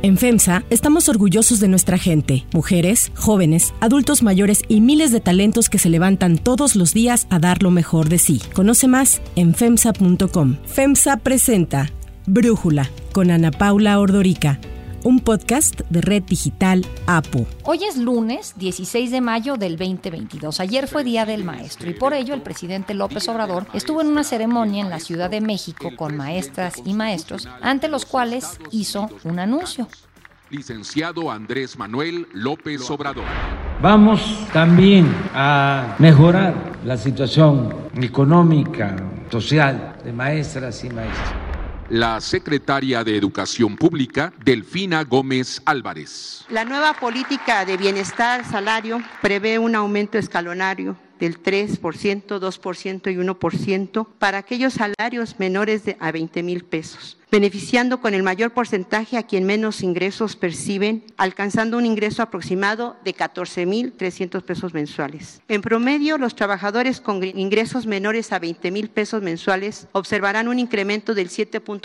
En FEMSA estamos orgullosos de nuestra gente, mujeres, jóvenes, adultos mayores y miles de talentos que se levantan todos los días a dar lo mejor de sí. Conoce más en FEMSA.com. FEMSA presenta Brújula con Ana Paula Ordorica, un podcast de Red Digital APO. Hoy es lunes 16 de mayo del 2022. Ayer fue Día del Maestro y por ello el presidente López Obrador estuvo en una ceremonia en la Ciudad de México con maestras y maestros, ante los cuales hizo un anuncio. Licenciado Andrés Manuel López Obrador. Vamos también a mejorar la situación económica, social de maestras y maestros. La secretaria de Educación Pública, Delfina Gómez Álvarez. La nueva política de bienestar salario prevé un aumento escalonario del 3%, 2% y 1% para aquellos salarios menores a 20,000 pesos, beneficiando con el mayor porcentaje a quien menos ingresos perciben, alcanzando un ingreso aproximado de 14,300 pesos mensuales. En promedio, los trabajadores con ingresos menores a 20,000 pesos mensuales observarán un incremento del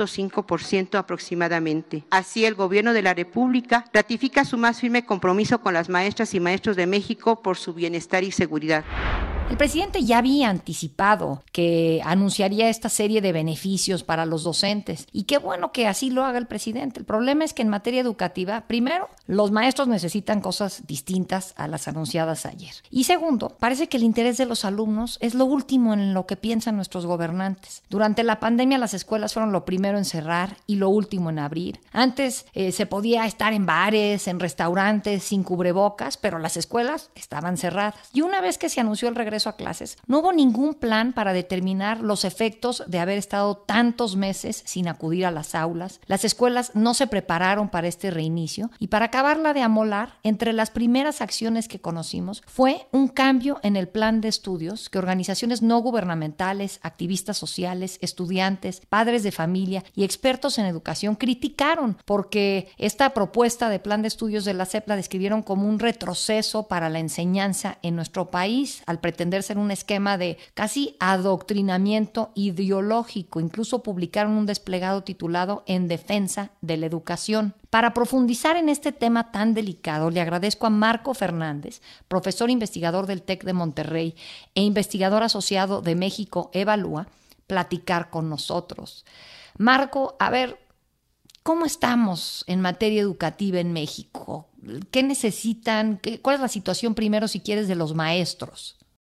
7.5% aproximadamente. Así, el Gobierno de la República ratifica su más firme compromiso con las maestras y maestros de México por su bienestar y seguridad. El presidente ya había anticipado que anunciaría esta serie de beneficios para los docentes y qué bueno que así lo haga el presidente. El problema es que en materia educativa, primero, los maestros necesitan cosas distintas a las anunciadas ayer. Y segundo, parece que el interés de los alumnos es lo último en lo que piensan nuestros gobernantes. Durante la pandemia las escuelas fueron lo primero en cerrar y lo último en abrir. Antes se podía estar en bares, en restaurantes, sin cubrebocas, pero las escuelas estaban cerradas. Y una vez que se anunció el regreso a clases, no hubo ningún plan para determinar los efectos de haber estado tantos meses sin acudir a las aulas. Las escuelas no se prepararon para este reinicio y para acabarla de amolar, entre las primeras acciones que conocimos fue un cambio en el plan de estudios que organizaciones no gubernamentales, activistas sociales, estudiantes, padres de familia y expertos en educación criticaron porque esta propuesta de plan de estudios de la SEP la describieron como un retroceso para la enseñanza en nuestro país al pretender ser un esquema de casi adoctrinamiento ideológico. Incluso publicaron un desplegado titulado En defensa de la educación. Para profundizar en este tema tan delicado, le agradezco a Marco Fernández, profesor investigador del TEC de Monterrey e investigador asociado de México Evalúa, platicar con nosotros. Marco, a ver, ¿cómo estamos en materia educativa en México? ¿Qué necesitan? ¿Cuál es la situación primero, si quieres, de los maestros?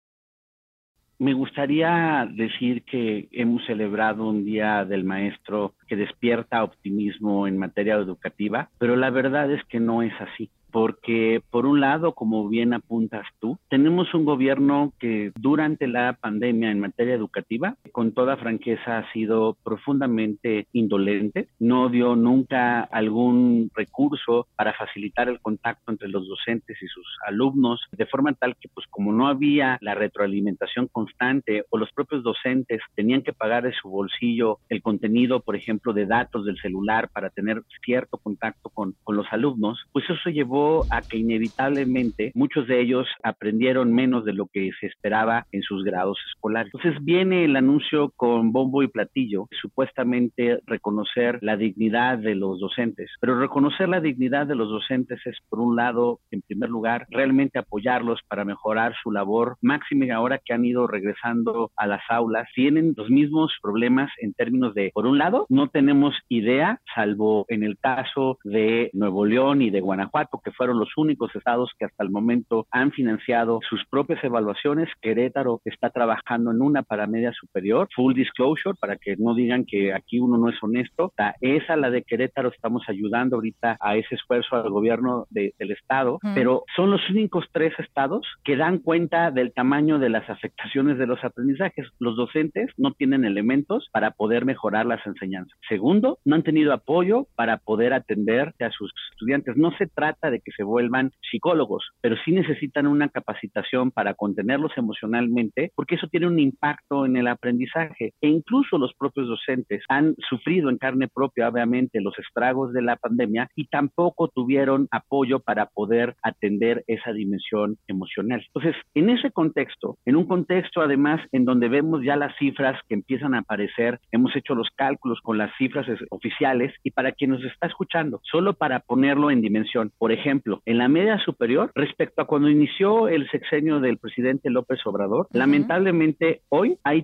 Me gustaría decir que hemos celebrado un Día del Maestro que despierta optimismo en materia educativa, pero la verdad es que no es así. Porque, por un lado, como bien apuntas tú, tenemos un gobierno que durante la pandemia en materia educativa, con toda franqueza, ha sido profundamente indolente. No dio nunca algún recurso para facilitar el contacto entre los docentes y sus alumnos, de forma tal que, pues, como no había la retroalimentación constante o los propios docentes tenían que pagar de su bolsillo el contenido, por ejemplo, de datos del celular para tener cierto contacto con los alumnos, pues eso llevó a que inevitablemente muchos de ellos aprendieron menos de lo que se esperaba en sus grados escolares. Entonces viene el anuncio con bombo y platillo, supuestamente reconocer la dignidad de los docentes, pero reconocer la dignidad de los docentes es, por un lado, en primer lugar, realmente apoyarlos para mejorar su labor, máxime ahora que han ido regresando a las aulas, tienen los mismos problemas en términos de, por un lado, no tenemos idea, salvo en el caso de Nuevo León y de Guanajuato, que fueron los únicos estados que hasta el momento han financiado sus propias evaluaciones. Querétaro está trabajando en una para media superior, full disclosure, para que no digan que aquí uno no es honesto. Esa, la de Querétaro, estamos ayudando ahorita a ese esfuerzo al gobierno del estado, pero son los únicos 3 estados que dan cuenta del tamaño de las afectaciones de los aprendizajes. Los docentes no tienen elementos para poder mejorar las enseñanzas. Segundo, no han tenido apoyo para poder atender a sus estudiantes. No se trata de de que se vuelvan psicólogos, pero sí necesitan una capacitación para contenerlos emocionalmente, porque eso tiene un impacto en el aprendizaje. E incluso los propios docentes han sufrido en carne propia, obviamente, los estragos de la pandemia y tampoco tuvieron apoyo para poder atender esa dimensión emocional. Entonces, en ese contexto, en un contexto además en donde vemos ya las cifras que empiezan a aparecer, hemos hecho los cálculos con las cifras oficiales, y para quien nos está escuchando, solo para ponerlo en dimensión, por ejemplo, en la media superior, respecto a cuando inició el sexenio del presidente López Obrador, lamentablemente hoy hay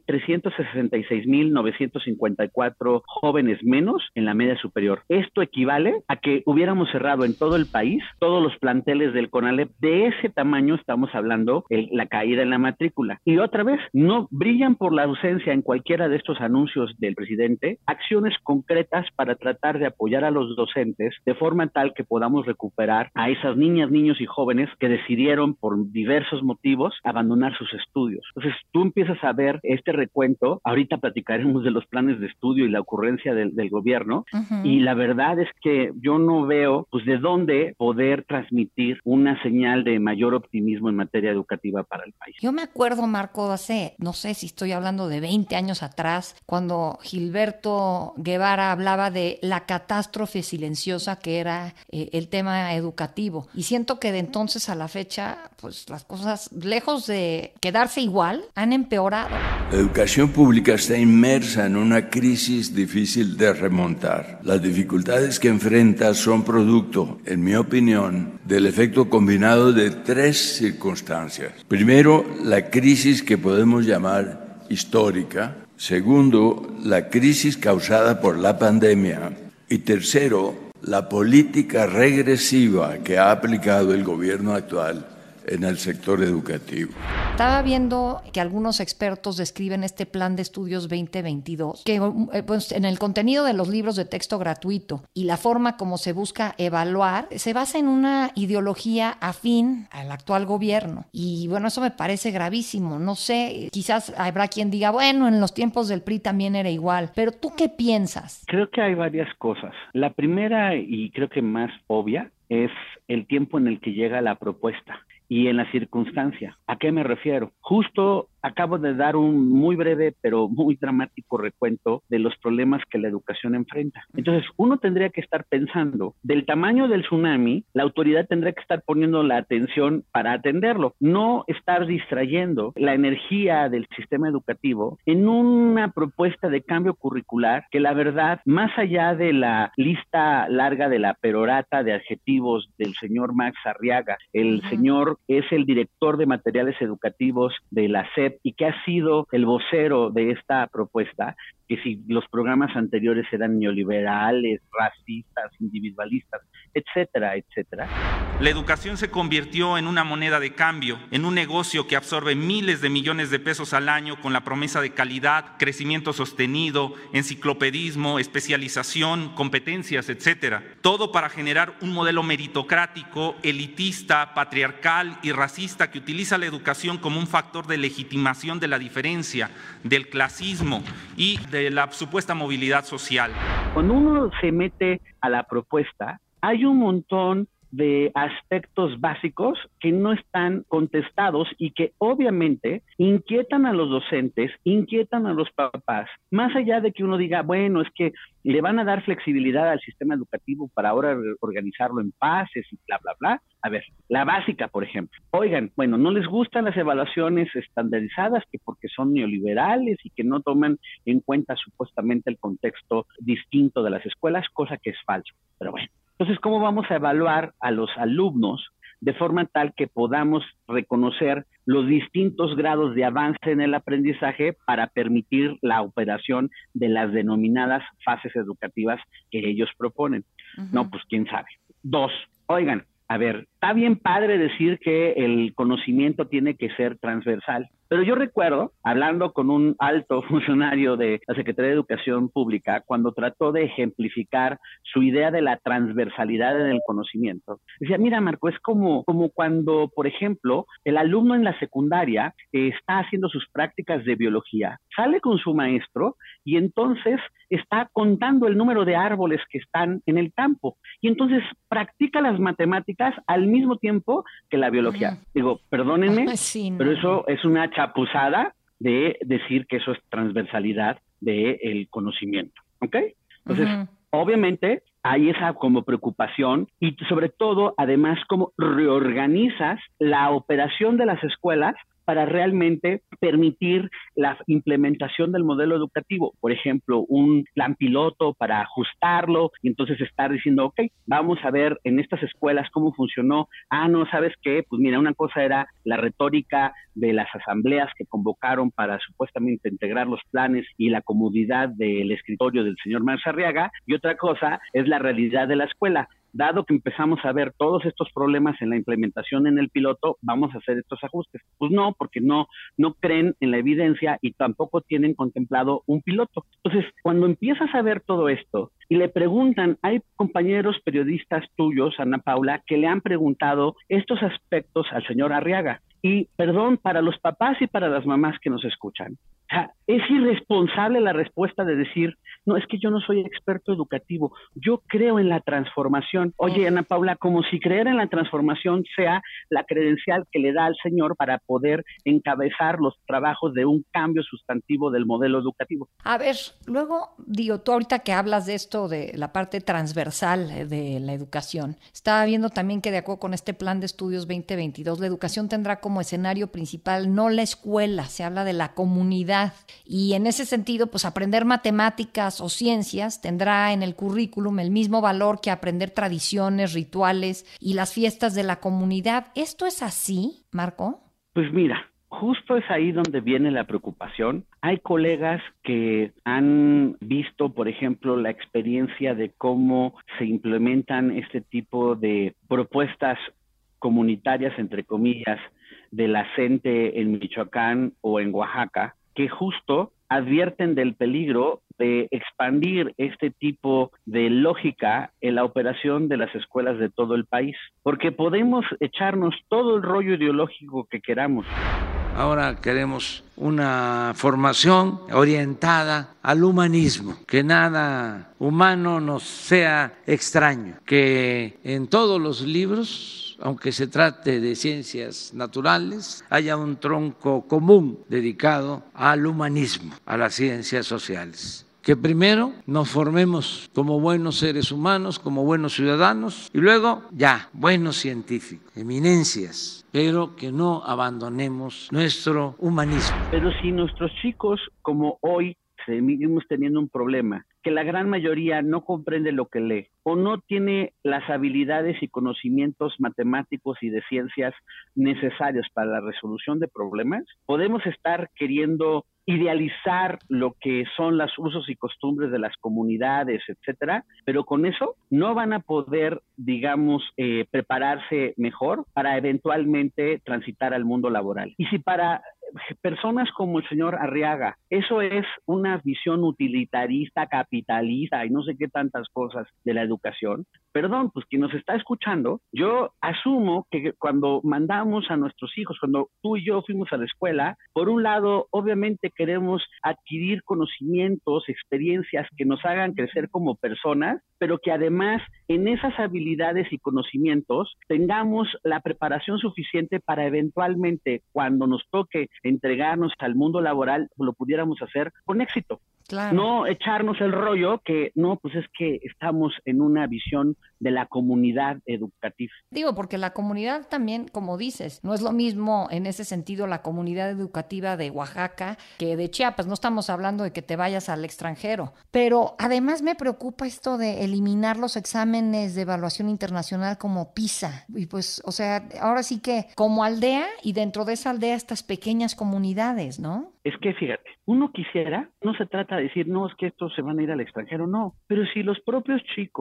366,954 jóvenes menos en la media superior. Esto equivale a que hubiéramos cerrado en todo el país todos los planteles del CONALEP. De ese tamaño estamos hablando, la caída en la matrícula. Y otra vez, no brillan por la ausencia en cualquiera de estos anuncios del presidente acciones concretas para tratar de apoyar a los docentes de forma tal que podamos recuperar a esas niñas, niños y jóvenes que decidieron por diversos motivos abandonar sus estudios. Entonces tú empiezas a ver este recuento, ahorita platicaremos de los planes de estudio y la ocurrencia del gobierno, y la verdad es que yo no veo pues de dónde poder transmitir una señal de mayor optimismo en materia educativa para el país. Yo me acuerdo, Marco, hace, no sé si estoy hablando de 20 años atrás, cuando Gilberto Guevara hablaba de la catástrofe silenciosa que era el tema educativo. Y siento que de entonces a la fecha, pues las cosas, lejos de quedarse igual, han empeorado. La educación pública está inmersa en una crisis difícil de remontar. Las dificultades que enfrenta son producto, en mi opinión, del efecto combinado de tres circunstancias. Primero, la crisis que podemos llamar histórica. Segundo, la crisis causada por la pandemia. Y tercero, la política regresiva que ha aplicado el gobierno actual en el sector educativo. Estaba viendo que algunos expertos describen este plan de estudios 2022, que pues, en el contenido de los libros de texto gratuito y la forma como se busca evaluar, se basa en una ideología afín al actual gobierno. Y bueno, eso me parece gravísimo. No sé, quizás habrá quien diga, bueno, en los tiempos del PRI también era igual. Pero ¿tú qué piensas? Creo que hay varias cosas. La primera, y creo que más obvia, es el tiempo en el que llega la propuesta y en la circunstancia. ¿A qué me refiero? Justo acabo de dar un muy breve pero muy dramático recuento de los problemas que la educación enfrenta. Entonces, uno tendría que estar pensando, del tamaño del tsunami, la autoridad tendría que estar poniendo la atención para atenderlo, no estar distrayendo la energía del sistema educativo en una propuesta de cambio curricular que la verdad, más allá de la lista larga de la perorata de adjetivos del señor Max Arriaga, el señor es el director de materiales educativos de la SEP y que ha sido el vocero de esta propuesta, que si los programas anteriores eran neoliberales, racistas, individualistas, etcétera, etcétera. La educación se convirtió en una moneda de cambio, en un negocio que absorbe miles de millones de pesos al año con la promesa de calidad, crecimiento sostenido, enciclopedismo, especialización, competencias, etcétera. Todo para generar un modelo meritocrático, elitista, patriarcal y racista que utiliza la educación como un factor de legitimación de la diferencia, del clasismo y de la supuesta movilidad social. Cuando uno se mete a la propuesta, hay un montón de aspectos básicos que no están contestados y que obviamente inquietan a los docentes, inquietan a los papás, más allá de que uno diga, bueno, es que le van a dar flexibilidad al sistema educativo para ahora organizarlo en pases y bla, bla, bla. A ver, la básica, por ejemplo. Oigan, bueno, no les gustan las evaluaciones estandarizadas que porque son neoliberales y que no toman en cuenta supuestamente el contexto distinto de las escuelas, cosa que es falso. Pero bueno, entonces, ¿cómo vamos a evaluar a los alumnos de forma tal que podamos reconocer los distintos grados de avance en el aprendizaje para permitir la operación de las denominadas fases educativas que ellos proponen? No, pues quién sabe. 2, oigan, a ver, está bien padre decir que el conocimiento tiene que ser transversal, Pero yo recuerdo, hablando con un alto funcionario de la Secretaría de Educación Pública, cuando trató de ejemplificar su idea de la transversalidad en el conocimiento, decía, mira, Marco, es como cuando, por ejemplo, el alumno en la secundaria está haciendo sus prácticas de biología, sale con su maestro y entonces está contando el número de árboles que están en el campo y entonces practica las matemáticas al mismo tiempo que la biología. Digo, perdónenme, sí, no. pero eso es una chapuzada de decir que eso es transversalidad del conocimiento, ¿ok? Entonces, obviamente hay esa como preocupación y sobre todo, además, cómo reorganizas la operación de las escuelas para realmente permitir la implementación del modelo educativo. Por ejemplo, un plan piloto para ajustarlo y entonces estar diciendo, ok, vamos a ver en estas escuelas cómo funcionó. No, ¿sabes qué? Pues mira, una cosa era la retórica de las asambleas que convocaron para supuestamente integrar los planes y la comodidad del escritorio del señor Marcharriaga, y otra cosa es la realidad de la escuela. Dado que empezamos a ver todos estos problemas en la implementación en el piloto, vamos a hacer estos ajustes. Pues no, porque no creen en la evidencia y tampoco tienen contemplado un piloto. Entonces, cuando empiezas a ver todo esto y le preguntan, hay compañeros periodistas tuyos, Ana Paula, que le han preguntado estos aspectos al señor Arriaga. Y, perdón, para los papás y para las mamás que nos escuchan, es irresponsable la respuesta de decir, no, es que yo no soy experto educativo, yo creo en la transformación. Oye, Ana Paula, como si creer en la transformación sea la credencial que le da al señor para poder encabezar los trabajos de un cambio sustantivo del modelo educativo. A ver, luego, digo, tú ahorita que hablas de esto, de la parte transversal de la educación, estaba viendo también que de acuerdo con este plan de estudios 2022, la educación tendrá como escenario principal no la escuela, se habla de la comunidad. Y en ese sentido, pues aprender matemáticas o ciencias tendrá en el currículum el mismo valor que aprender tradiciones, rituales y las fiestas de la comunidad. ¿Esto es así, Marco? Pues mira, justo es ahí donde viene la preocupación. Hay colegas que han visto, por ejemplo, la experiencia de cómo se implementan este tipo de propuestas comunitarias, entre comillas, de la CENTE en Michoacán o en Oaxaca, que justo advierten del peligro de expandir este tipo de lógica en la operación de las escuelas de todo el país, porque podemos echarnos todo el rollo ideológico que queramos. Ahora queremos una formación orientada al humanismo, que nada humano nos sea extraño, que en todos los libros, aunque se trate de ciencias naturales, haya un tronco común dedicado al humanismo, a las ciencias sociales. Que primero nos formemos como buenos seres humanos, como buenos ciudadanos, y luego ya, buenos científicos, eminencias, pero que no abandonemos nuestro humanismo. Pero si nuestros chicos, como hoy, seguimos teniendo un problema, que la gran mayoría no comprende lo que lee o no tiene las habilidades y conocimientos matemáticos y de ciencias necesarios para la resolución de problemas, podemos estar queriendo idealizar lo que son los usos y costumbres de las comunidades, etcétera, pero con eso no van a poder, digamos, prepararse mejor para eventualmente transitar al mundo laboral. Y si para personas como el señor Arriaga eso es una visión utilitarista, capitalista y no sé qué tantas cosas de la educación, perdón, pues quien nos está escuchando, yo asumo que cuando mandamos a nuestros hijos, cuando tú y yo fuimos a la escuela, por un lado, obviamente queremos adquirir conocimientos, experiencias que nos hagan crecer como personas, pero que además en esas habilidades y conocimientos tengamos la preparación suficiente para eventualmente, cuando nos toque entregarnos al mundo laboral, lo pudiéramos hacer con éxito. Claro. No echarnos el rollo que no, pues es que estamos en una visión de la comunidad educativa. Digo, porque la comunidad también, como dices, no es lo mismo en ese sentido la comunidad educativa de Oaxaca que de Chiapas. No estamos hablando de que te vayas al extranjero. Pero además me preocupa esto de eliminar los exámenes de evaluación internacional como PISA. Y pues, o sea, ahora sí que como aldea y dentro de esa aldea estas pequeñas comunidades, ¿no? Es que fíjate, uno quisiera, no se trata de decir, no, es que estos se van a ir al extranjero, no. Pero si los propios chicos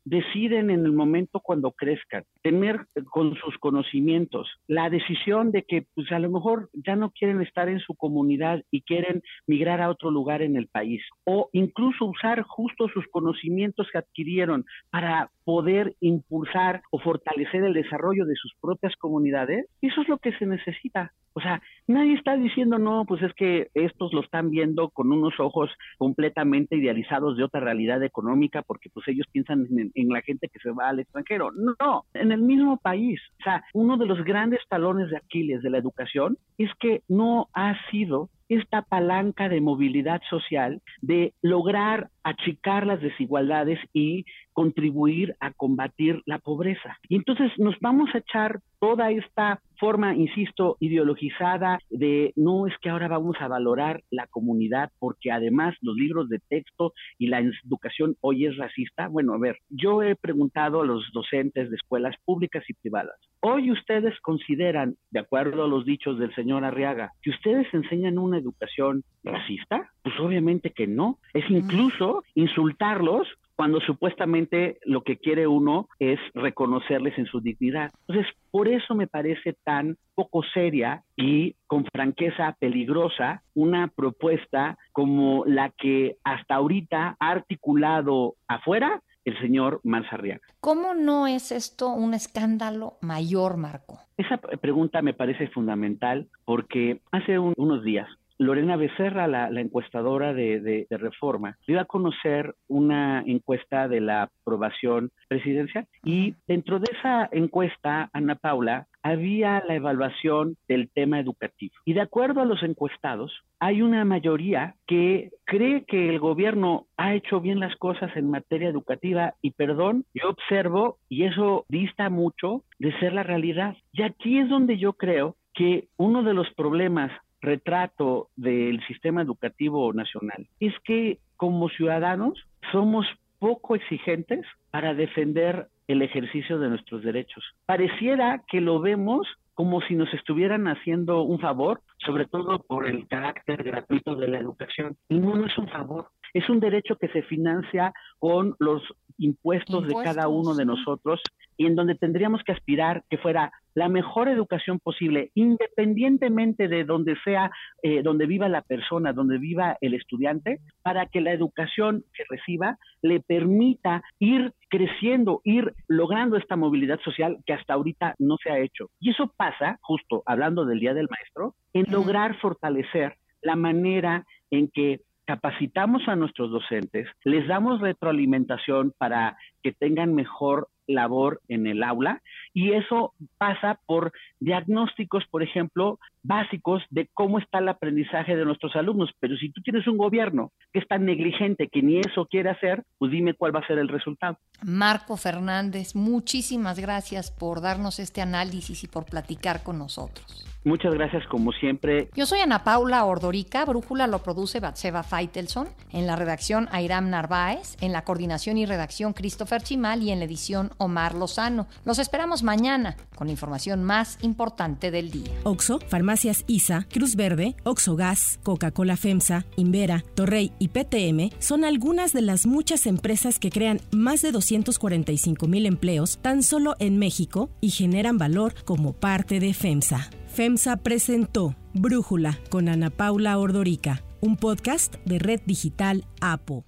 deciden en el momento cuando crezcan, tener con sus conocimientos la decisión de que pues a lo mejor ya no quieren estar en su comunidad y quieren migrar a otro lugar en el país, o incluso usar justo sus conocimientos que adquirieron para poder impulsar o fortalecer el desarrollo de sus propias comunidades, eso es lo que se necesita. O sea, nadie está diciendo, no, pues es que estos lo están viendo con unos ojos completamente idealizados de otra realidad económica porque pues ellos piensan en la gente que se va al extranjero. No, en el mismo país. O sea, uno de los grandes talones de Aquiles de la educación es que no ha sido esta palanca de movilidad social, de lograr achicar las desigualdades y contribuir a combatir la pobreza. Y entonces nos vamos a echar toda esta forma, insisto, ideologizada de no es que ahora vamos a valorar la comunidad porque además los libros de texto y la educación hoy es racista. Bueno, a ver, yo he preguntado a los docentes de escuelas públicas y privadas, ¿hoy ustedes consideran, de acuerdo a los dichos del señor Arriaga, que ustedes enseñan una educación racista? Pues obviamente que no. Es incluso insultarlos cuando supuestamente lo que quiere uno es reconocerles en su dignidad. Entonces, por eso me parece tan poco seria y con franqueza peligrosa una propuesta como la que hasta ahorita ha articulado afuera el señor Marsarriaga. ¿Cómo no es esto un escándalo mayor, Marco? Esa pregunta me parece fundamental porque hace unos días Lorena Becerra, la encuestadora de Reforma, dio a conocer una encuesta de la aprobación presidencial y dentro de esa encuesta, Ana Paula, había la evaluación del tema educativo. Y de acuerdo a los encuestados, hay una mayoría que cree que el gobierno ha hecho bien las cosas en materia educativa y perdón, yo observo y eso dista mucho de ser la realidad. Y aquí es donde yo creo que uno de los problemas retrato del sistema educativo nacional es que como ciudadanos somos poco exigentes para defender el ejercicio de nuestros derechos. Pareciera que lo vemos como si nos estuvieran haciendo un favor, sobre todo por el carácter gratuito de la educación. Y no es un favor, es un derecho que se financia con los impuestos de cada uno de nosotros y en donde tendríamos que aspirar que fuera la mejor educación posible, independientemente de donde sea, donde viva la persona, donde viva el estudiante, para que la educación que reciba le permita ir creciendo, ir logrando esta movilidad social que hasta ahorita no se ha hecho. Y eso pasa, justo hablando del Día del Maestro, en lograr fortalecer la manera en que capacitamos a nuestros docentes, les damos retroalimentación para que tengan mejor labor en el aula y eso pasa por diagnósticos, por ejemplo, básicos de cómo está el aprendizaje de nuestros alumnos. Pero si tú tienes un gobierno que es tan negligente que ni eso quiere hacer, pues dime cuál va a ser el resultado. Marco Fernández, muchísimas gracias por darnos este análisis y por platicar con nosotros. Muchas gracias, como siempre. Yo soy Ana Paula Ordorica, Brújula lo produce Batseba Feitelson, en la redacción Airam Narváez, en la coordinación y redacción Christopher Chimal y en la edición Omar Lozano. Los esperamos mañana con la información más importante del día. Oxxo, Farmacias ISA, Cruz Verde, Oxxo Gas, Coca-Cola FEMSA, Invera, Torrey y PTM son algunas de las muchas empresas que crean más de 245,000 empleos tan solo en México y generan valor como parte de FEMSA. FEMSA presentó Brújula con Ana Paula Ordorica, un podcast de Red Digital APO.